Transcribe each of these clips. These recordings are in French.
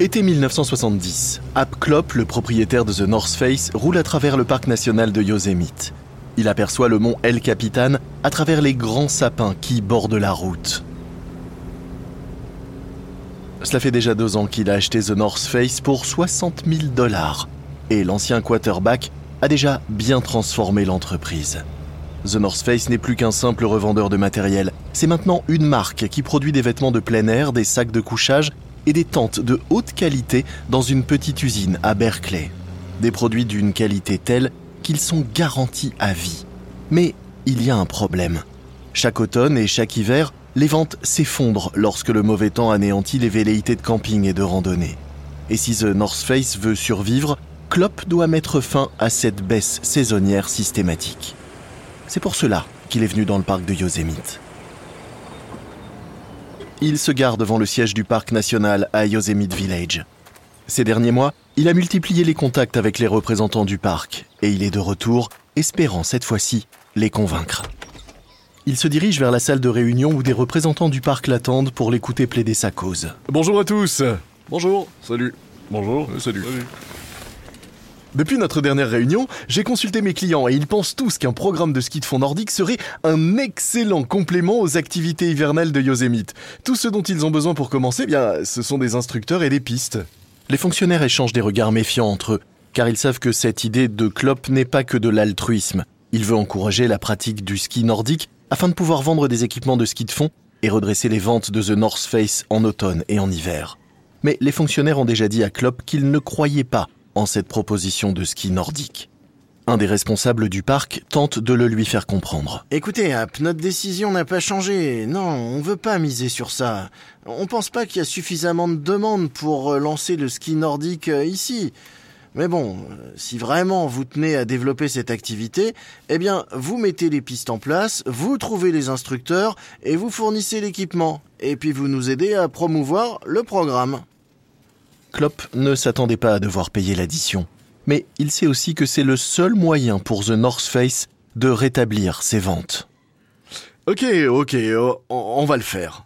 Été 1970, Ap Klopp, le propriétaire de The North Face, roule à travers le parc national de Yosemite. Il aperçoit le mont El Capitan à travers les grands sapins qui bordent la route. Cela fait déjà 2 ans qu'il a acheté The North Face pour $60 000 et l'ancien quarterback a déjà bien transformé l'entreprise. The North Face n'est plus qu'un simple revendeur de matériel. C'est maintenant une marque qui produit des vêtements de plein air, des sacs de couchage et des tentes de haute qualité dans une petite usine à Berkeley. Des produits d'une qualité telle qu'ils sont garantis à vie. Mais il y a un problème. Chaque automne et chaque hiver, les ventes s'effondrent lorsque le mauvais temps anéantit les velléités de camping et de randonnée. Et si The North Face veut survivre, Klopp doit mettre fin à cette baisse saisonnière systématique. C'est pour cela qu'il est venu dans le parc de Yosemite. Il se gare devant le siège du parc national à Yosemite Village. Ces derniers mois, il a multiplié les contacts avec les représentants du parc et il est de retour, espérant cette fois-ci les convaincre. Il se dirige vers la salle de réunion où des représentants du parc l'attendent pour l'écouter plaider sa cause. Bonjour à tous. Bonjour. Salut. Bonjour. Salut. Depuis notre dernière réunion, j'ai consulté mes clients et ils pensent tous qu'un programme de ski de fond nordique serait un excellent complément aux activités hivernales de Yosemite. Tout ce dont ils ont besoin pour commencer, ce sont des instructeurs et des pistes. Les fonctionnaires échangent des regards méfiants entre eux, car ils savent que cette idée de Klopp n'est pas que de l'altruisme. Il veut encourager la pratique du ski nordique afin de pouvoir vendre des équipements de ski de fond et redresser les ventes de The North Face en automne et en hiver. Mais les fonctionnaires ont déjà dit à Klopp qu'ils ne croyaient pas en cette proposition de ski nordique. Un des responsables du parc tente de le lui faire comprendre. Écoutez, Ap, notre décision n'a pas changé. Non, on veut pas miser sur ça. On pense pas qu'il y a suffisamment de demandes pour lancer le ski nordique ici. Mais bon, si vraiment vous tenez à développer cette activité, vous mettez les pistes en place, vous trouvez les instructeurs et vous fournissez l'équipement. Et puis vous nous aidez à promouvoir le programme. Klopp ne s'attendait pas à devoir payer l'addition. Mais il sait aussi que c'est le seul moyen pour The North Face de rétablir ses ventes. Ok, on va le faire.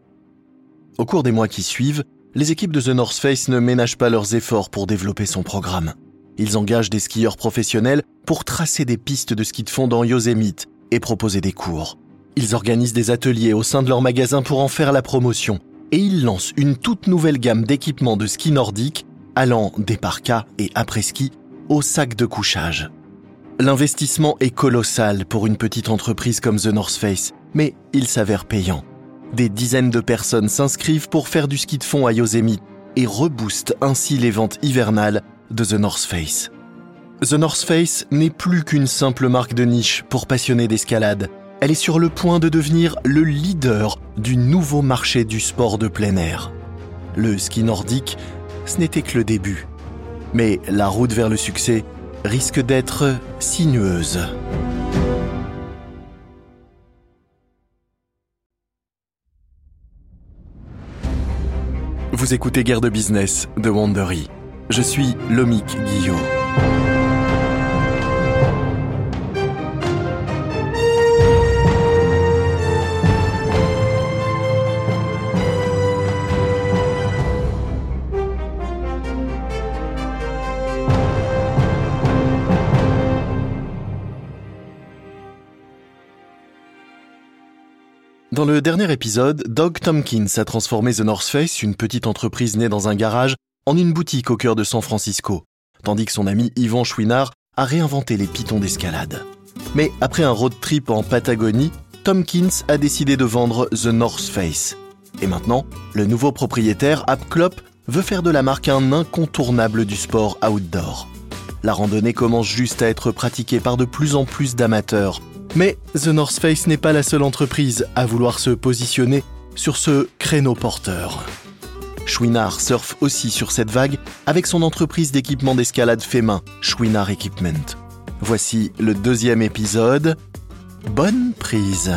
Au cours des mois qui suivent, les équipes de The North Face ne ménagent pas leurs efforts pour développer son programme. Ils engagent des skieurs professionnels pour tracer des pistes de ski de fond dans Yosemite et proposer des cours. Ils organisent des ateliers au sein de leur magasin pour en faire la promotion. Et ils lancent une toute nouvelle gamme d'équipements de ski nordique allant des parkas et après-ski aux sacs de couchage. L'investissement est colossal pour une petite entreprise comme The North Face, mais il s'avère payant. Des dizaines de personnes s'inscrivent pour faire du ski de fond à Yosemite et reboostent ainsi les ventes hivernales de The North Face. The North Face n'est plus qu'une simple marque de niche pour passionnés d'escalade. Elle est sur le point de devenir le leader du nouveau marché du sport de plein air. Le ski nordique, ce n'était que le début. Mais la route vers le succès risque d'être sinueuse. Vous écoutez Guerre de Business de Wandery. Je suis Lomik Guillot. Dans le dernier épisode, Doug Tompkins a transformé The North Face, une petite entreprise née dans un garage, en une boutique au cœur de San Francisco, tandis que son ami Yvan Chouinard a réinventé les pitons d'escalade. Mais après un road trip en Patagonie, Tompkins a décidé de vendre The North Face. Et maintenant, le nouveau propriétaire, Ap Klopp, veut faire de la marque un incontournable du sport outdoor. La randonnée commence juste à être pratiquée par de plus en plus d'amateurs. Mais The North Face n'est pas la seule entreprise à vouloir se positionner sur ce créneau porteur. Chouinard surfe aussi sur cette vague avec son entreprise d'équipement d'escalade fait main, Chouinard Equipment. Voici le 2e épisode. Bonne prise.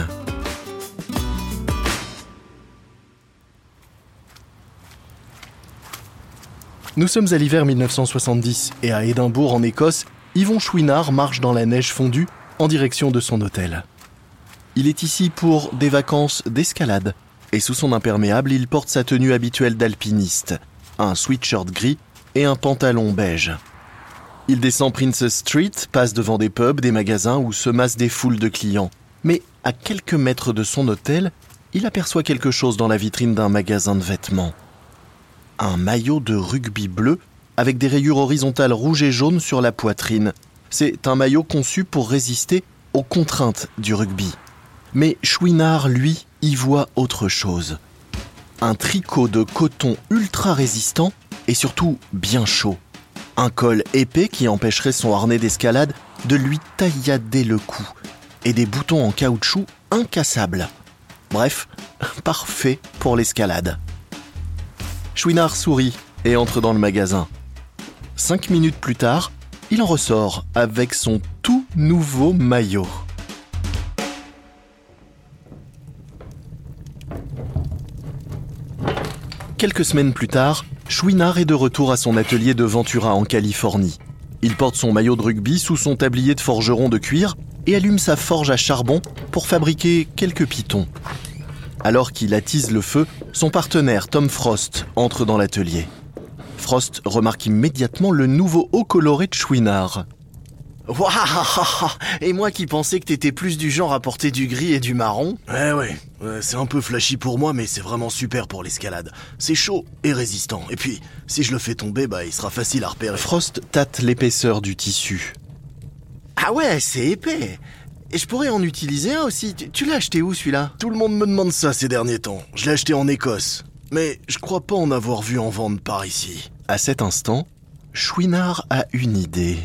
Nous sommes à l'hiver 1970 et à Édimbourg en Écosse, Yvon Chouinard marche dans la neige fondue en direction de son hôtel. Il est ici pour des vacances d'escalade et sous son imperméable, il porte sa tenue habituelle d'alpiniste. un sweatshirt gris et un pantalon beige. Il descend Princess Street, passe devant des pubs, des magasins où se massent des foules de clients. Mais à quelques mètres de son hôtel, il aperçoit quelque chose dans la vitrine d'un magasin de vêtements. Un maillot de rugby bleu avec des rayures horizontales rouges et jaunes sur la poitrine. C'est un maillot conçu pour résister aux contraintes du rugby. Mais Chouinard, lui, y voit autre chose. Un tricot de coton ultra résistant et surtout bien chaud. Un col épais qui empêcherait son harnais d'escalade de lui taillader le cou. Et des boutons en caoutchouc incassables. Bref, parfait pour l'escalade. Chouinard sourit et entre dans le magasin. 5 minutes plus tard, il en ressort avec son tout nouveau maillot. Quelques semaines plus tard, Chouinard est de retour à son atelier de Ventura en Californie. Il porte son maillot de rugby sous son tablier de forgeron de cuir et allume sa forge à charbon pour fabriquer quelques pitons. Alors qu'il attise le feu, son partenaire Tom Frost entre dans l'atelier. Frost remarque immédiatement le nouveau haut coloré de Chouinard. Waouh! Et moi qui pensais que t'étais plus du genre à porter du gris et du marron. Ouais, c'est un peu flashy pour moi, mais c'est vraiment super pour l'escalade. C'est chaud et résistant. Et puis, si je le fais tomber, il sera facile à repérer. Frost tâte l'épaisseur du tissu. Ah ouais, c'est épais. Et je pourrais en utiliser un aussi. Tu l'as acheté où celui-là? Tout le monde me demande ça ces derniers temps. Je l'ai acheté en Écosse. Mais je crois pas en avoir vu en vente par ici. À cet instant, Chouinard a une idée.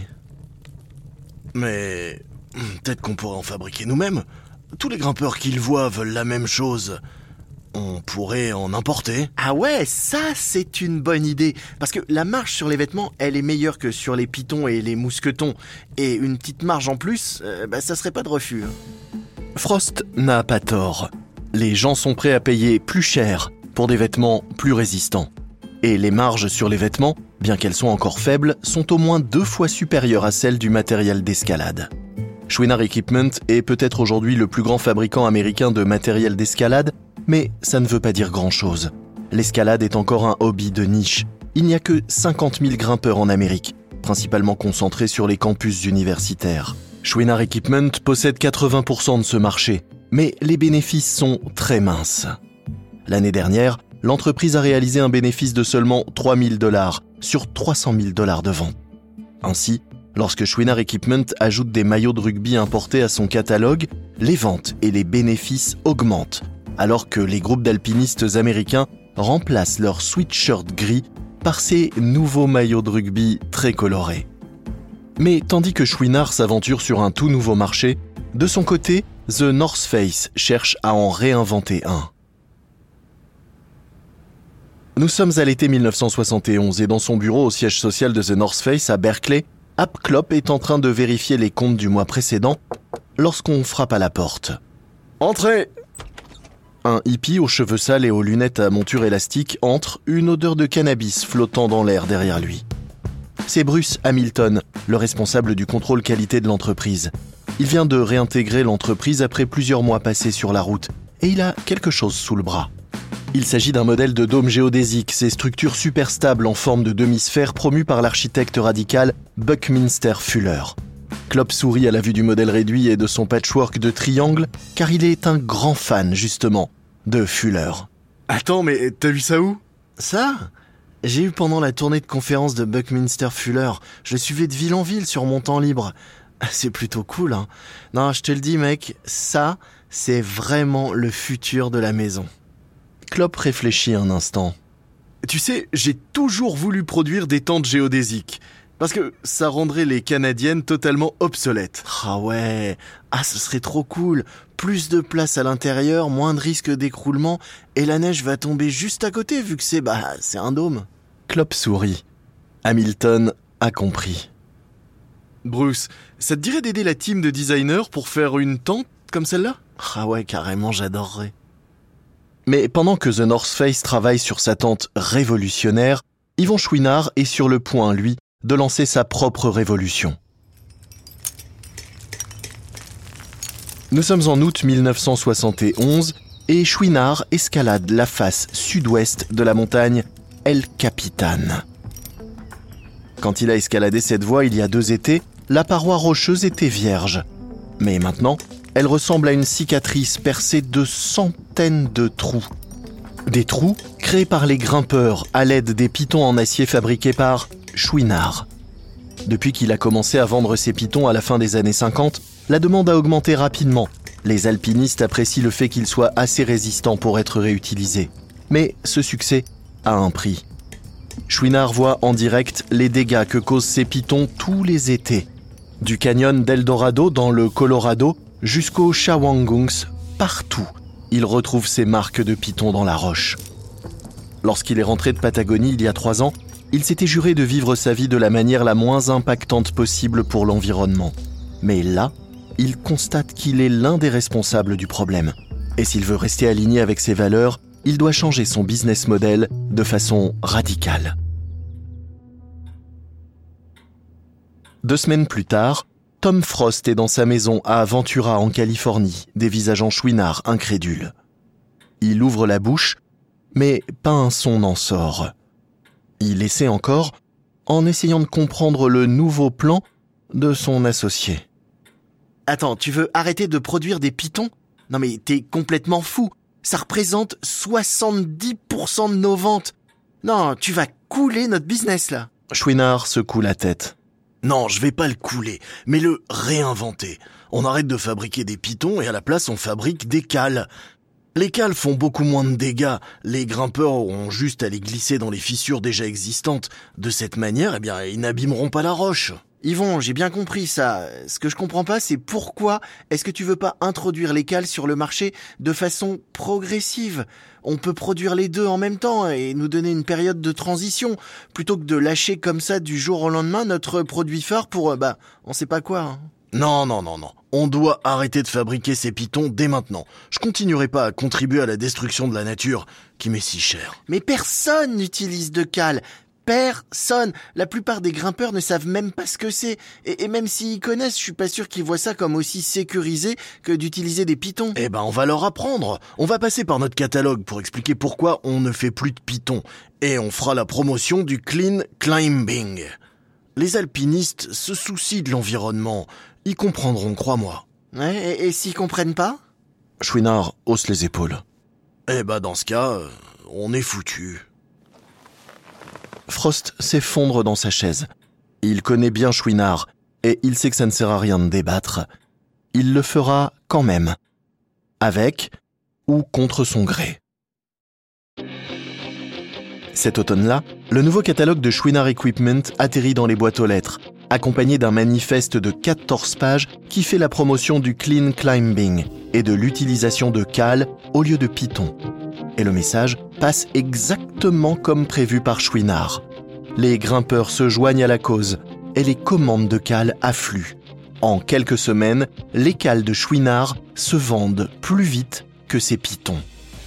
Mais peut-être qu'on pourrait en fabriquer nous-mêmes. Tous les grimpeurs qui le voient veulent la même chose. On pourrait en importer. Ah ouais, ça c'est une bonne idée. Parce que la marge sur les vêtements, elle est meilleure que sur les pitons et les mousquetons. Et une petite marge en plus, ça serait pas de refus. Frost n'a pas tort. Les gens sont prêts à payer plus cher pour des vêtements plus résistants. Et les marges sur les vêtements, bien qu'elles soient encore faibles, sont au moins 2 fois supérieures à celles du matériel d'escalade. Chouinard Equipment est peut-être aujourd'hui le plus grand fabricant américain de matériel d'escalade, mais ça ne veut pas dire grand-chose. L'escalade est encore un hobby de niche. Il n'y a que 50 000 grimpeurs en Amérique, principalement concentrés sur les campus universitaires. Chouinard Equipment possède 80% de ce marché, mais les bénéfices sont très minces. L'année dernière, l'entreprise a réalisé un bénéfice de seulement $3 000 sur $300 000 de vente. Ainsi, lorsque Chouinard Equipment ajoute des maillots de rugby importés à son catalogue, les ventes et les bénéfices augmentent, alors que les groupes d'alpinistes américains remplacent leurs sweatshirts gris par ces nouveaux maillots de rugby très colorés. Mais tandis que Chouinard s'aventure sur un tout nouveau marché, de son côté, The North Face cherche à en réinventer un. Nous sommes à l'été 1971 et dans son bureau au siège social de The North Face à Berkeley, Ap Klopp est en train de vérifier les comptes du mois précédent lorsqu'on frappe à la porte. « Entrez !» Un hippie aux cheveux sales et aux lunettes à monture élastique entre, une odeur de cannabis flottant dans l'air derrière lui. C'est Bruce Hamilton, le responsable du contrôle qualité de l'entreprise. Il vient de réintégrer l'entreprise après plusieurs mois passés sur la route et il a quelque chose sous le bras. Il s'agit d'un modèle de dôme géodésique, ces structures super stables en forme de demi-sphère promues par l'architecte radical Buckminster Fuller. Klopp sourit à la vue du modèle réduit et de son patchwork de triangles, car il est un grand fan, justement, de Fuller. Attends, mais t'as vu ça où? Ça? J'ai eu pendant la tournée de conférence de Buckminster Fuller. Je le suivais de ville en ville sur mon temps libre. C'est plutôt cool, hein. Non, je te le dis, mec, ça, c'est vraiment le futur de la maison. Klopp réfléchit un instant. Tu sais, j'ai toujours voulu produire des tentes géodésiques. Parce que ça rendrait les Canadiennes totalement obsolètes. Ah ouais, ce serait trop cool. Plus de place à l'intérieur, moins de risque d'écroulement, et la neige va tomber juste à côté vu que c'est un dôme. Klopp sourit. Hamilton a compris. Bruce, ça te dirait d'aider la team de designers pour faire une tente comme celle-là? Ah ouais, carrément, j'adorerais. Mais pendant que The North Face travaille sur sa tente révolutionnaire, Yvon Chouinard est sur le point, lui, de lancer sa propre révolution. Nous sommes en août 1971 et Chouinard escalade la face sud-ouest de la montagne El Capitan. Quand il a escaladé cette voie il y a 2 étés, la paroi rocheuse était vierge. Mais maintenant, elle ressemble à une cicatrice percée de centaines de trous. Des trous créés par les grimpeurs à l'aide des pitons en acier fabriqués par Chouinard. Depuis qu'il a commencé à vendre ses pitons à la fin des années 50, la demande a augmenté rapidement. Les alpinistes apprécient le fait qu'ils soient assez résistants pour être réutilisés. Mais ce succès a un prix. Chouinard voit en direct les dégâts que causent ces pitons tous les étés. Du canyon d'El Dorado dans le Colorado jusqu'au Shawangunks, partout, il retrouve ces marques de pitons dans la roche. Lorsqu'il est rentré de Patagonie il y a 3 ans, il s'était juré de vivre sa vie de la manière la moins impactante possible pour l'environnement. Mais là, il constate qu'il est l'un des responsables du problème. Et s'il veut rester aligné avec ses valeurs, il doit changer son business model de façon radicale. 2 semaines plus tard, Tom Frost est dans sa maison à Ventura en Californie, dévisageant Chouinard incrédule. Il ouvre la bouche, mais pas un son n'en sort. Il essaie encore, en essayant de comprendre le nouveau plan de son associé. Attends, tu veux arrêter de produire des pitons ? Non mais t'es complètement fou. Ça représente 70% de nos ventes. Non, tu vas couler notre business là. Chouinard secoue la tête. Non, je vais pas le couler, mais le réinventer. On arrête de fabriquer des pitons et à la place on fabrique des cales. Les cales font beaucoup moins de dégâts. Les grimpeurs auront juste à les glisser dans les fissures déjà existantes. De cette manière, ils n'abîmeront pas la roche. Yvon, j'ai bien compris ça. Ce que je comprends pas, c'est pourquoi est-ce que tu veux pas introduire les cales sur le marché de façon progressive ? On peut produire les deux en même temps et nous donner une période de transition, plutôt que de lâcher comme ça du jour au lendemain notre produit phare pour, on sait pas quoi. Non. On doit arrêter de fabriquer ces pitons dès maintenant. Je continuerai pas à contribuer à la destruction de la nature, qui m'est si chère. Mais personne n'utilise de cales. Personne. La plupart des grimpeurs ne savent même pas ce que c'est. Et même s'ils connaissent, je suis pas sûr qu'ils voient ça comme aussi sécurisé que d'utiliser des pitons. On va leur apprendre. On va passer par notre catalogue pour expliquer pourquoi on ne fait plus de pitons. Et on fera la promotion du clean climbing. Les alpinistes se soucient de l'environnement. Ils comprendront, crois-moi. Ouais, et s'ils comprennent pas ? Chouinard hausse les épaules. Dans ce cas, on est foutu. Frost s'effondre dans sa chaise. Il connaît bien Chouinard et il sait que ça ne sert à rien de débattre. Il le fera quand même, avec ou contre son gré. Cet automne-là, le nouveau catalogue de Chouinard Equipment atterrit dans les boîtes aux lettres, accompagné d'un manifeste de 14 pages qui fait la promotion du clean climbing et de l'utilisation de cales au lieu de pitons. Et le message passe exactement comme prévu par Chouinard. Les grimpeurs se joignent à la cause et les commandes de cales affluent. En quelques semaines, les cales de Chouinard se vendent plus vite que ses pitons.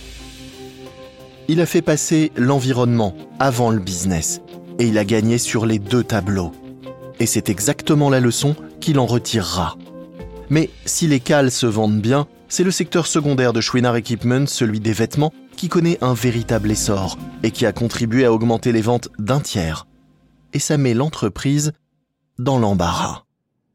Il a fait passer l'environnement avant le business et il a gagné sur les 2 tableaux. Et c'est exactement la leçon qu'il en retirera. Mais si les cales se vendent bien, c'est le secteur secondaire de Chouinard Equipment, celui des vêtements, qui connaît un véritable essor et qui a contribué à augmenter les ventes d'1/3. Et ça met l'entreprise dans l'embarras.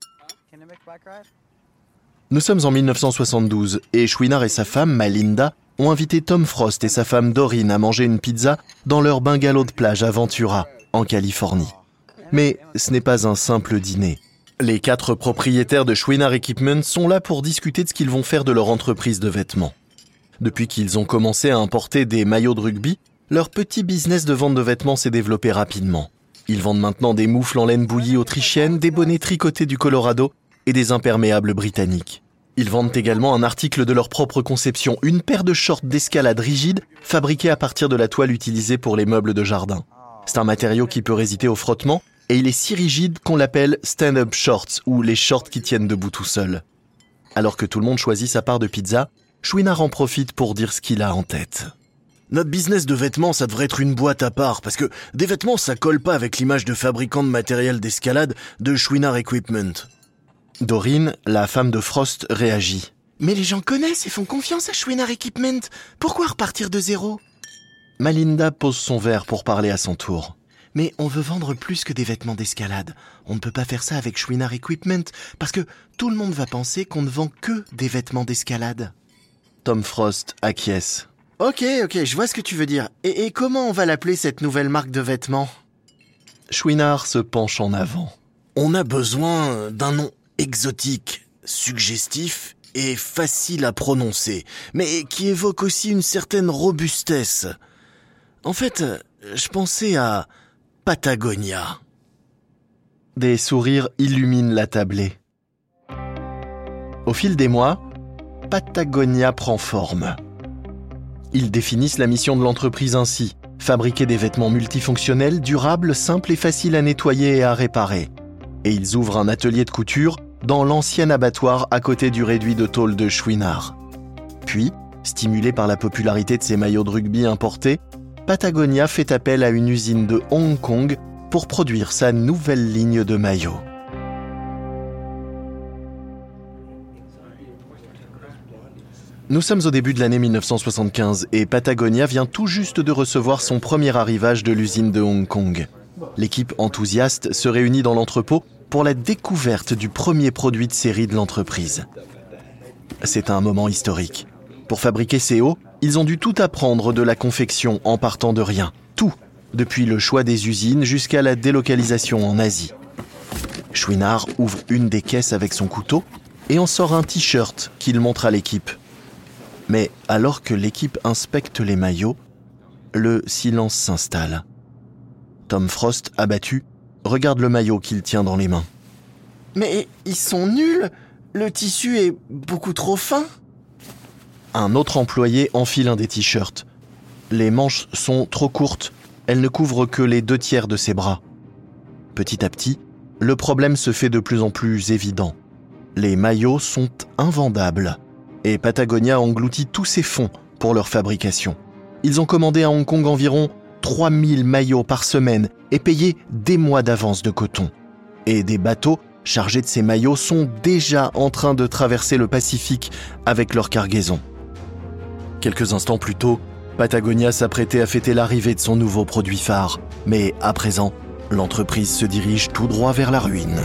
Nous sommes en 1972 et Chouinard et sa femme, Malinda, ont invité Tom Frost et sa femme Doreen à manger une pizza dans leur bungalow de plage à Ventura, en Californie. Mais ce n'est pas un simple dîner. Les 4 propriétaires de Chouinard Equipment sont là pour discuter de ce qu'ils vont faire de leur entreprise de vêtements. Depuis qu'ils ont commencé à importer des maillots de rugby, leur petit business de vente de vêtements s'est développé rapidement. Ils vendent maintenant des moufles en laine bouillie autrichienne, des bonnets tricotés du Colorado et des imperméables britanniques. Ils vendent également un article de leur propre conception, une paire de shorts d'escalade rigides fabriqués à partir de la toile utilisée pour les meubles de jardin. C'est un matériau qui peut résister au frottement et il est si rigide qu'on l'appelle stand-up shorts ou les shorts qui tiennent debout tout seuls. Alors que tout le monde choisit sa part de pizza, Chouinard en profite pour dire ce qu'il a en tête. Notre business de vêtements, ça devrait être une boîte à part, parce que des vêtements, ça colle pas avec l'image de fabricant de matériel d'escalade de Chouinard Equipment. Doreen, la femme de Frost, réagit. Mais les gens connaissent et font confiance à Chouinard Equipment. Pourquoi repartir de zéro ? Malinda pose son verre pour parler à son tour. Mais on veut vendre plus que des vêtements d'escalade. On ne peut pas faire ça avec Chouinard Equipment, parce que tout le monde va penser qu'on ne vend que des vêtements d'escalade. Tom Frost acquiesce. Ok, je vois ce que tu veux dire. Et comment on va l'appeler cette nouvelle marque de vêtements ? Chouinard se penche en avant. On a besoin d'un nom exotique, suggestif et facile à prononcer, mais qui évoque aussi une certaine robustesse. En fait, je pensais à Patagonia. Des sourires illuminent la tablée. Au fil des mois, Patagonia prend forme. Ils définissent la mission de l'entreprise ainsi: fabriquer des vêtements multifonctionnels, durables, simples et faciles à nettoyer et à réparer. Et ils ouvrent un atelier de couture dans l'ancien abattoir à côté du réduit de tôle de Chouinard. Puis, stimulé par la popularité de ses maillots de rugby importés, Patagonia fait appel à une usine de Hong Kong pour produire sa nouvelle ligne de maillots. Nous sommes au début de l'année 1975 et Patagonia vient tout juste de recevoir son premier arrivage de l'usine de Hong Kong. L'équipe enthousiaste se réunit dans l'entrepôt pour la découverte du premier produit de série de l'entreprise. C'est un moment historique. Pour fabriquer ces hauts, ils ont dû tout apprendre de la confection en partant de rien. Tout, depuis le choix des usines jusqu'à la délocalisation en Asie. Chouinard ouvre une des caisses avec son couteau et en sort un t-shirt qu'il montre à l'équipe. Mais alors que l'équipe inspecte les maillots, le silence s'installe. Tom Frost, abattu, regarde le maillot qu'il tient dans les mains. Mais ils sont nuls ! Le tissu est beaucoup trop fin. Un autre employé enfile un des t-shirts. Les manches sont trop courtes, elles ne couvrent que les 2/3 de ses bras. Petit à petit, le problème se fait de plus en plus évident. Les maillots sont invendables. Et Patagonia engloutit tous ses fonds pour leur fabrication. Ils ont commandé à Hong Kong environ 3000 maillots par semaine et payé des mois d'avance de coton. Et des bateaux chargés de ces maillots sont déjà en train de traverser le Pacifique avec leur cargaison. Quelques instants plus tôt, Patagonia s'apprêtait à fêter l'arrivée de son nouveau produit phare. Mais à présent, l'entreprise se dirige tout droit vers la ruine.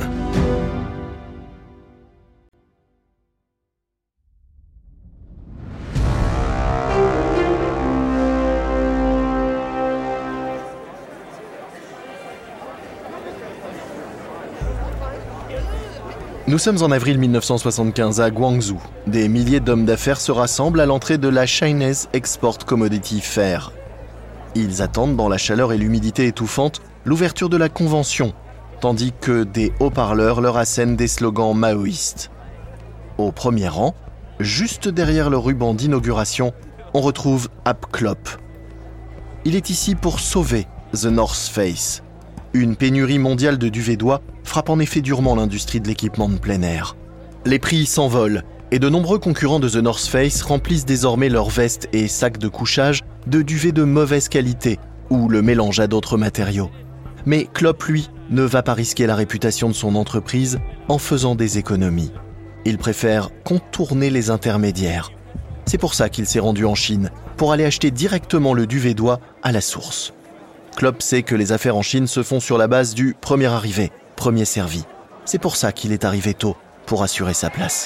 Nous sommes en avril 1975 à Guangzhou. Des milliers d'hommes d'affaires se rassemblent à l'entrée de la Chinese Export Commodity Fair. Ils attendent dans la chaleur et l'humidité étouffantes l'ouverture de la convention, tandis que des haut-parleurs leur assènent des slogans maoïstes. Au premier rang, juste derrière le ruban d'inauguration, on retrouve Ap Klopp. Il est ici pour sauver The North Face. Une pénurie mondiale de duvet-doigts frappe en effet durement l'industrie de l'équipement de plein air. Les prix s'envolent et de nombreux concurrents de The North Face remplissent désormais leurs vestes et sacs de couchage de duvets de mauvaise qualité ou le mélange à d'autres matériaux. Mais Klopp, lui, ne va pas risquer la réputation de son entreprise en faisant des économies. Il préfère contourner les intermédiaires. C'est pour ça qu'il s'est rendu en Chine, pour aller acheter directement le duvet-doigt à la source. Klopp sait que les affaires en Chine se font sur la base du premier arrivé, premier servi. C'est pour ça qu'il est arrivé tôt, pour assurer sa place.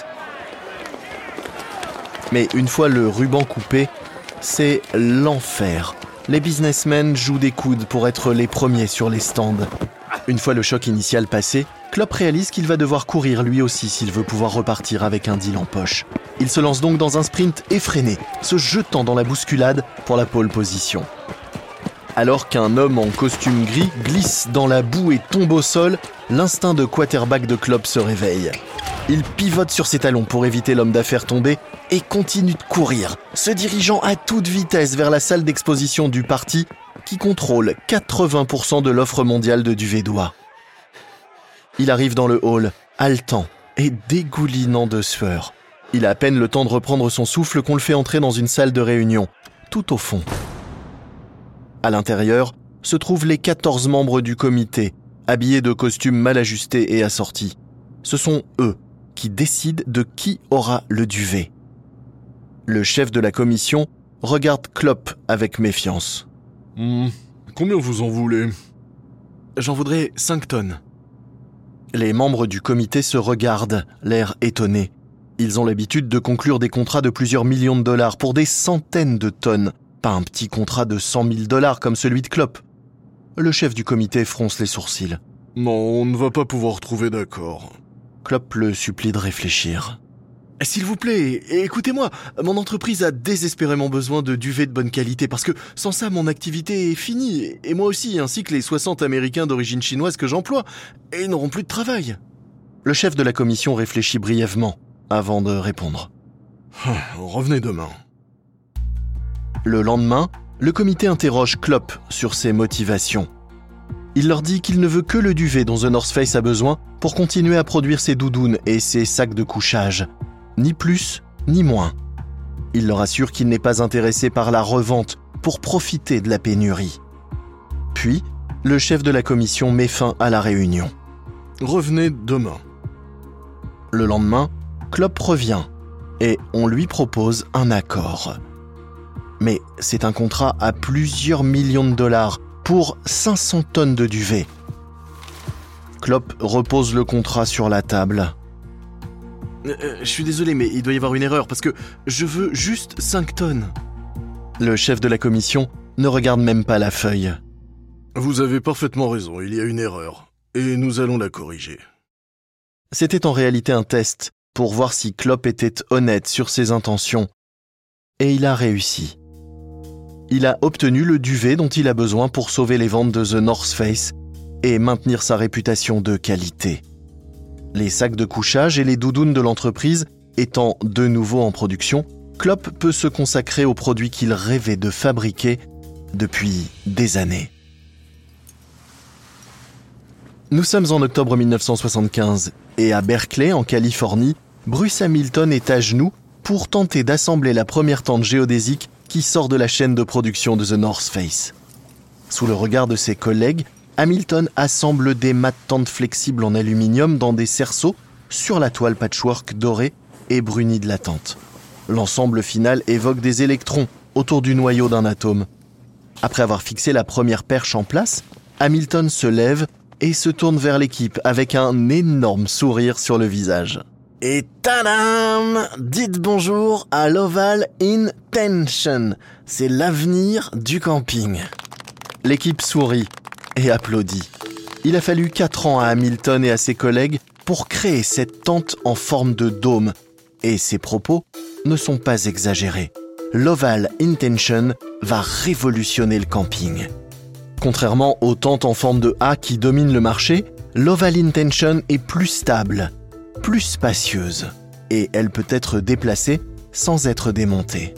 Mais une fois le ruban coupé, c'est l'enfer. Les businessmen jouent des coudes pour être les premiers sur les stands. Une fois le choc initial passé, Klopp réalise qu'il va devoir courir lui aussi s'il veut pouvoir repartir avec un deal en poche. Il se lance donc dans un sprint effréné, se jetant dans la bousculade pour la pole position. Alors qu'un homme en costume gris glisse dans la boue et tombe au sol, l'instinct de quarterback de Klopp se réveille. Il pivote sur ses talons pour éviter l'homme d'affaires tombé et continue de courir, se dirigeant à toute vitesse vers la salle d'exposition du parti qui contrôle 80% de l'offre mondiale de duvet-doigts. Il arrive dans le hall, haletant et dégoulinant de sueur. Il a à peine le temps de reprendre son souffle qu'on le fait entrer dans une salle de réunion, tout au fond. À l'intérieur se trouvent les 14 membres du comité, habillés de costumes mal ajustés et assortis. Ce sont eux qui décident de qui aura le duvet. Le chef de la commission regarde Klopp avec méfiance. Combien vous en voulez ? J'en voudrais 5 tonnes. Les membres du comité se regardent, l'air étonné. Ils ont l'habitude de conclure des contrats de plusieurs millions de dollars pour des centaines de tonnes, pas un petit contrat de 100 000 $ comme celui de Klopp. Le chef du comité fronce les sourcils. Non, on ne va pas pouvoir trouver d'accord. Klopp le supplie de réfléchir. S'il vous plaît, écoutez-moi, mon entreprise a désespérément besoin de duvet de bonne qualité parce que sans ça, mon activité est finie, et moi aussi, ainsi que les 60 Américains d'origine chinoise que j'emploie, et ils n'auront plus de travail. Le chef de la commission réfléchit brièvement avant de répondre. Revenez demain. Le lendemain, le comité interroge Klopp sur ses motivations. Il leur dit qu'il ne veut que le duvet dont The North Face a besoin pour continuer à produire ses doudounes et ses sacs de couchage. Ni plus, ni moins. Il leur assure qu'il n'est pas intéressé par la revente pour profiter de la pénurie. Puis, le chef de la commission met fin à la réunion. Revenez demain. Le lendemain, Klopp revient et on lui propose un accord. Mais c'est un contrat à plusieurs millions de dollars pour 500 tonnes de duvet. Klopp repose le contrat sur la table. Je suis désolé, mais il doit y avoir une erreur, parce que je veux juste 5 tonnes. Le chef de la commission ne regarde même pas la feuille. Vous avez parfaitement raison, il y a une erreur. Et nous allons la corriger. C'était en réalité un test pour voir si Klopp était honnête sur ses intentions. Et il a réussi. Il a obtenu le duvet dont il a besoin pour sauver les ventes de The North Face et maintenir sa réputation de qualité. Les sacs de couchage et les doudounes de l'entreprise étant de nouveau en production, Klopp peut se consacrer aux produits qu'il rêvait de fabriquer depuis des années. Nous sommes en octobre 1975 et à Berkeley, en Californie, Bruce Hamilton est à genoux pour tenter d'assembler la première tente géodésique qui sort de la chaîne de production de The North Face. Sous le regard de ses collègues, Hamilton assemble des mâts de tente flexibles en aluminium dans des cerceaux sur la toile patchwork dorée et brunie de la tente. L'ensemble final évoque des électrons autour du noyau d'un atome. Après avoir fixé la première perche en place, Hamilton se lève et se tourne vers l'équipe avec un énorme sourire sur le visage. Et tadam! Dites bonjour à l'Oval Intention. C'est l'avenir du camping. L'équipe sourit et applaudit. Il a fallu 4 ans à Hamilton et à ses collègues pour créer cette tente en forme de dôme. Et ses propos ne sont pas exagérés. L'Oval Intention va révolutionner le camping. Contrairement aux tentes en forme de A qui dominent le marché, l'Oval Intention est plus stable, plus spacieuse, et elle peut être déplacée sans être démontée.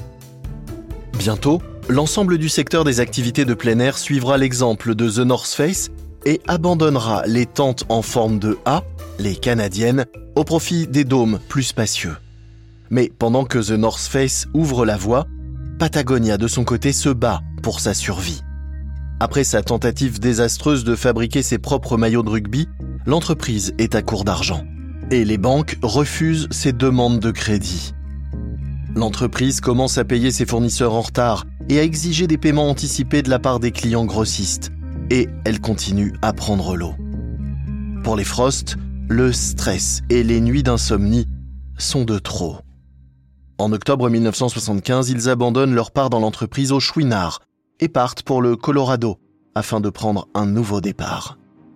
Bientôt, l'ensemble du secteur des activités de plein air suivra l'exemple de The North Face et abandonnera les tentes en forme de A, les canadiennes, au profit des dômes plus spacieux. Mais pendant que The North Face ouvre la voie, Patagonia de son côté se bat pour sa survie. Après sa tentative désastreuse de fabriquer ses propres maillots de rugby, l'entreprise est à court d'argent. Et les banques refusent ses demandes de crédit. L'entreprise commence à payer ses fournisseurs en retard et à exiger des paiements anticipés de la part des clients grossistes. Et elle continue à prendre l'eau. Pour les Frost, le stress et les nuits d'insomnie sont de trop. En octobre 1975, ils abandonnent leur part dans l'entreprise au Chouinard et partent pour le Colorado afin de prendre un nouveau départ.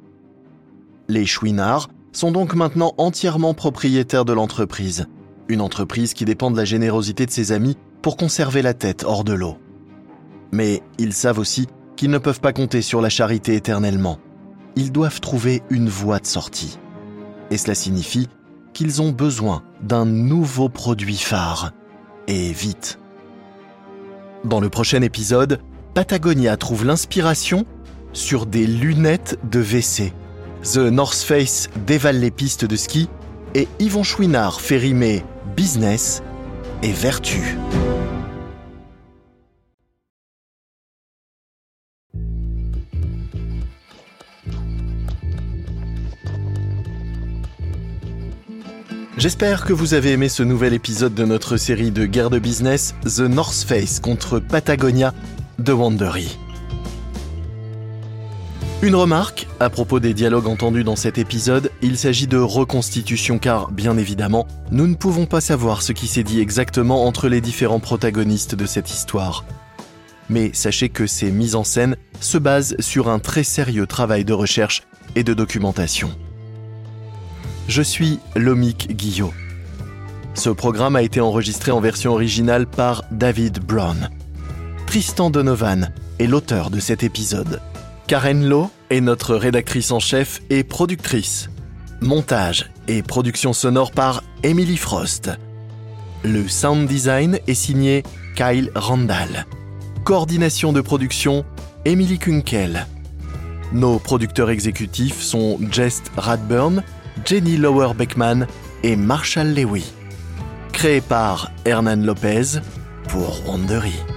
Les Chouinards sont donc maintenant entièrement propriétaires de l'entreprise, une entreprise qui dépend de la générosité de ses amis pour conserver la tête hors de l'eau. Mais ils savent aussi qu'ils ne peuvent pas compter sur la charité éternellement. Ils doivent trouver une voie de sortie. Et cela signifie qu'ils ont besoin d'un nouveau produit phare. Et vite. Dans le prochain épisode, Patagonia trouve l'inspiration sur des lunettes de WC. The North Face dévale les pistes de ski et Yvon Chouinard fait rimer business et vertu. J'espère que vous avez aimé ce nouvel épisode de notre série de guerre de business The North Face contre Patagonia de Wandery. Une remarque, à propos des dialogues entendus dans cet épisode, il s'agit de reconstitution car, bien évidemment, nous ne pouvons pas savoir ce qui s'est dit exactement entre les différents protagonistes de cette histoire. Mais sachez que ces mises en scène se basent sur un très sérieux travail de recherche et de documentation. Je suis Lomik Guillot. Ce programme a été enregistré en version originale par David Brown. Tristan Donovan est l'auteur de cet épisode. Karen Lowe est notre rédactrice en chef et productrice. Montage et production sonore par Emily Frost. Le sound design est signé Kyle Randall. Coordination de production, Emily Kunkel. Nos producteurs exécutifs sont Jess Radburn, Jenny Lower-Beckman et Marshall Lewy. Créé par Hernan Lopez pour Wandery.